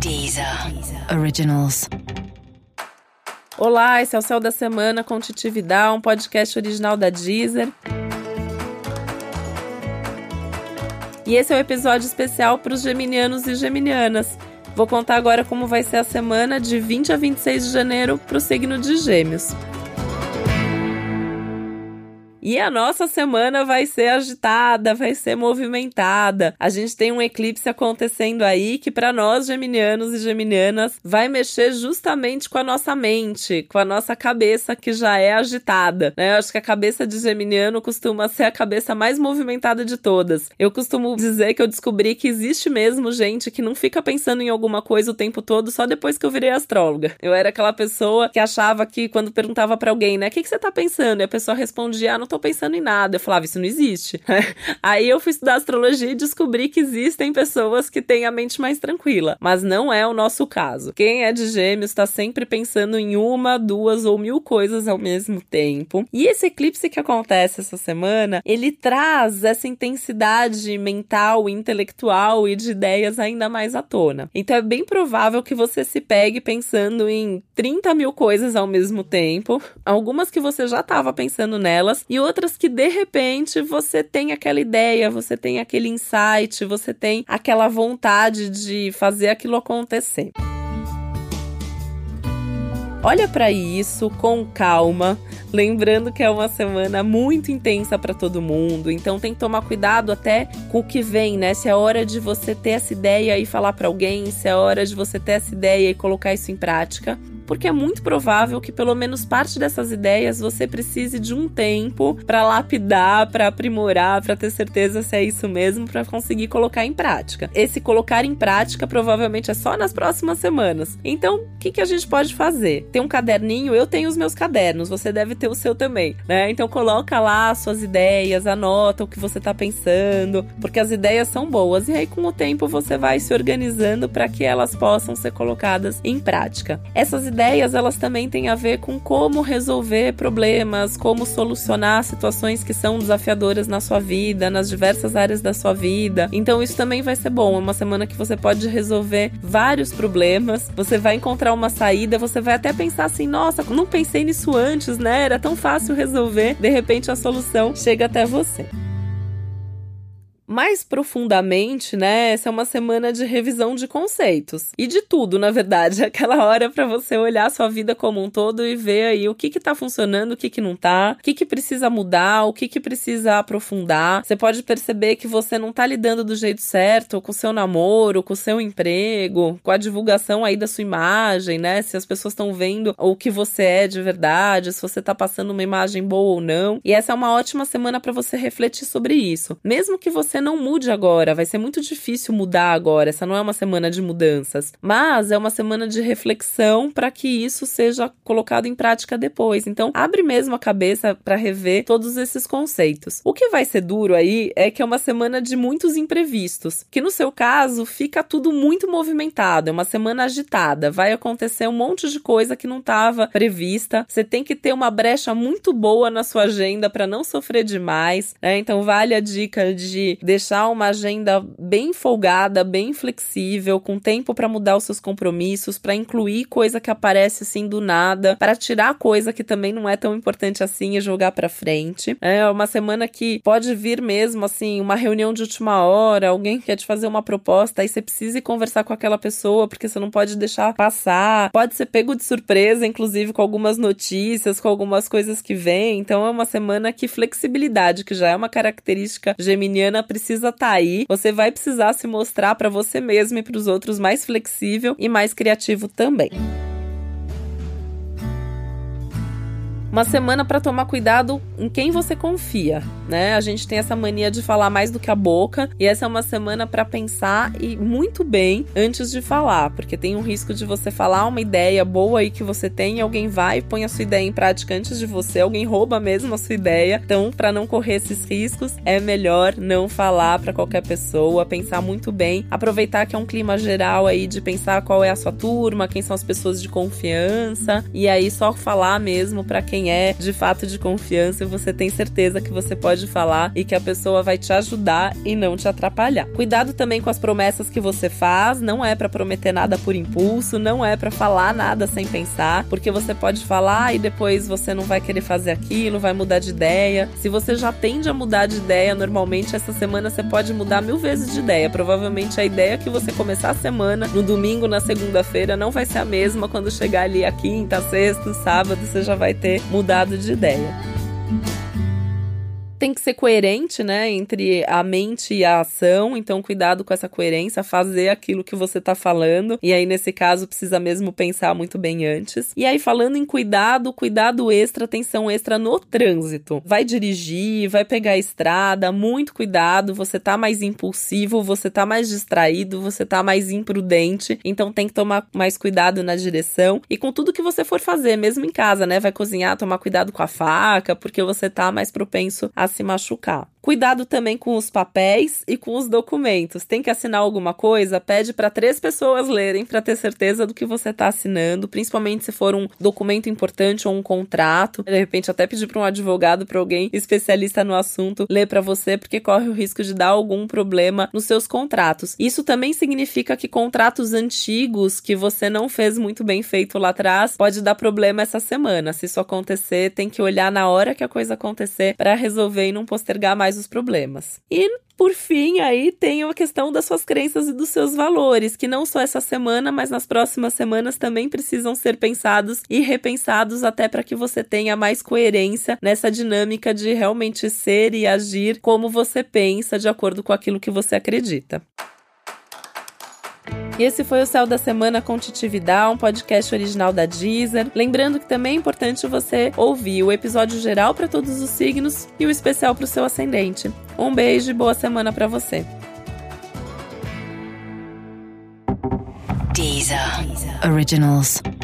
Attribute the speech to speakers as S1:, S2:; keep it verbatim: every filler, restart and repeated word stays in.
S1: Deezer Originals.
S2: Olá, esse é o Céu da Semana com Titi Vidal, um podcast original da Deezer. E esse é o um episódio especial para os geminianos e geminianas. Vou contar agora como vai ser a semana de vinte a vinte e seis de janeiro para o signo de Gêmeos. E a nossa semana vai ser agitada, vai ser movimentada. A gente tem um eclipse acontecendo aí que para nós geminianos e geminianas vai mexer justamente com a nossa mente, com a nossa cabeça que já é agitada, né? Eu acho que a cabeça de geminiano costuma ser a cabeça mais movimentada de todas. Eu costumo dizer que eu descobri que existe mesmo gente que não fica pensando em alguma coisa o tempo todo só depois que eu virei astróloga. Eu era aquela pessoa que achava que quando perguntava para alguém, né, o que, que você tá pensando? E a pessoa respondia, ah, não tô pensando em nada. Eu falava, isso não existe. Aí eu fui estudar astrologia e descobri que existem pessoas que têm a mente mais tranquila, mas não é o nosso caso. Quem é de Gêmeos está sempre pensando em uma, duas ou mil coisas ao mesmo tempo. E esse eclipse que acontece essa semana, ele traz essa intensidade mental, intelectual e de ideias ainda mais à tona. Então é bem provável que você se pegue pensando em trinta mil coisas ao mesmo tempo, algumas que você já estava pensando nelas e outras que de repente você tem aquela ideia, você tem aquele insight, você tem aquela vontade de fazer aquilo acontecer. Olha para isso com calma, lembrando que é uma semana muito intensa para todo mundo, então tem que tomar cuidado até com o que vem, né? Se é hora de você ter essa ideia e falar para alguém, se é hora de você ter essa ideia e colocar isso em prática, porque é muito provável que pelo menos parte dessas ideias você precise de um tempo para lapidar, para aprimorar, para ter certeza se é isso mesmo, para conseguir colocar em prática. Esse colocar em prática provavelmente é só nas próximas semanas. Então, o que, que a gente pode fazer? Tem um caderninho, eu tenho os meus cadernos, você deve ter o seu também, né? Então coloca lá as suas ideias, anota o que você tá pensando, porque as ideias são boas e aí com o tempo você vai se organizando para que elas possam ser colocadas em prática. Essas ideias, elas também têm a ver com como resolver problemas, como solucionar situações que são desafiadoras na sua vida, nas diversas áreas da sua vida. Então isso também vai ser bom, é uma semana que você pode resolver vários problemas, você vai encontrar uma saída, você vai até pensar assim, nossa, não pensei nisso antes, né? Era tão fácil resolver, de repente a solução chega até você. Mais profundamente, né, essa é uma semana de revisão de conceitos. E de tudo, na verdade. É aquela hora para você olhar a sua vida como um todo e ver aí o que que tá funcionando, o que que não tá, o que que precisa mudar, o que que precisa aprofundar. Você pode perceber que você não tá lidando do jeito certo com o seu namoro, com o seu emprego, com a divulgação aí da sua imagem, né? Se as pessoas estão vendo o que você é de verdade, se você tá passando uma imagem boa ou não. E essa é uma ótima semana para você refletir sobre isso. Mesmo que você Você não mude agora, vai ser muito difícil mudar agora, essa não é uma semana de mudanças, mas é uma semana de reflexão para que isso seja colocado em prática depois. Então, abre mesmo a cabeça para rever todos esses conceitos. O que vai ser duro aí é que é uma semana de muitos imprevistos, que no seu caso fica tudo muito movimentado, é uma semana agitada, vai acontecer um monte de coisa que não estava prevista, você tem que ter uma brecha muito boa na sua agenda para não sofrer demais, né? Então vale a dica de deixar uma agenda bem folgada, bem flexível, com tempo para mudar os seus compromissos, para incluir coisa que aparece assim do nada, para tirar coisa que também não é tão importante assim e jogar para frente. É uma semana que pode vir mesmo assim, uma reunião de última hora, alguém quer te fazer uma proposta, aí você precisa ir conversar com aquela pessoa, porque você não pode deixar passar. Pode ser pego de surpresa, inclusive com algumas notícias, com algumas coisas que vêm. Então é uma semana que flexibilidade, que já é uma característica geminiana, precisa estar aí, você vai precisar se mostrar para você mesmo e para os outros mais flexível e mais criativo também. Uma semana para tomar cuidado em quem você confia, né? A gente tem essa mania de falar mais do que a boca e essa é uma semana para pensar e muito bem antes de falar, porque tem um risco de você falar uma ideia boa aí que você tem e alguém vai e põe a sua ideia em prática antes de você, alguém rouba mesmo a sua ideia. Então, para não correr esses riscos, é melhor não falar para qualquer pessoa, pensar muito bem, aproveitar que é um clima geral aí de pensar qual é a sua turma, quem são as pessoas de confiança e aí só falar mesmo para quem quem é de fato de confiança e você tem certeza que você pode falar e que a pessoa vai te ajudar e não te atrapalhar. Cuidado também com as promessas que você faz, não é pra prometer nada por impulso, não é pra falar nada sem pensar, porque você pode falar e depois você não vai querer fazer aquilo, vai mudar de ideia. Se você já tende a mudar de ideia, normalmente essa semana você pode mudar mil vezes de ideia. Provavelmente a ideia que você começar a semana, no domingo, na segunda-feira, não vai ser a mesma quando chegar ali a quinta, sexta, sábado, você já vai ter mudado de ideia. Tem que ser coerente, né, entre a mente e a ação, então cuidado com essa coerência, fazer aquilo que você tá falando, e aí nesse caso precisa mesmo pensar muito bem antes. E aí falando em cuidado, cuidado extra, atenção extra no trânsito. Vai dirigir, vai pegar a estrada, muito cuidado, você tá mais impulsivo, você tá mais distraído, você tá mais imprudente, então tem que tomar mais cuidado na direção e com tudo que você for fazer, mesmo em casa, né, vai cozinhar, tomar cuidado com a faca, porque você tá mais propenso a se machucar. Cuidado também com os papéis e com os documentos. Tem que assinar alguma coisa? Pede para três pessoas lerem para ter certeza do que você está assinando, principalmente se for um documento importante ou um contrato. De repente até pedir para um advogado, para alguém especialista no assunto, ler para você, porque corre o risco de dar algum problema nos seus contratos. Isso também significa que contratos antigos que você não fez muito bem feito lá atrás, pode dar problema essa semana. Se isso acontecer, tem que olhar na hora que a coisa acontecer para resolver e não postergar mais os problemas. E por fim, aí tem a questão das suas crenças e dos seus valores, que não só essa semana, mas nas próximas semanas também precisam ser pensados e repensados até para que você tenha mais coerência nessa dinâmica de realmente ser e agir como você pensa, de acordo com aquilo que você acredita. E esse foi o Céu da Semana com Titi Vidal, um podcast original da Deezer. Lembrando que também é importante você ouvir o episódio geral para todos os signos e o especial para o seu ascendente. Um beijo e boa semana para você.
S1: Deezer. Deezer. Originals.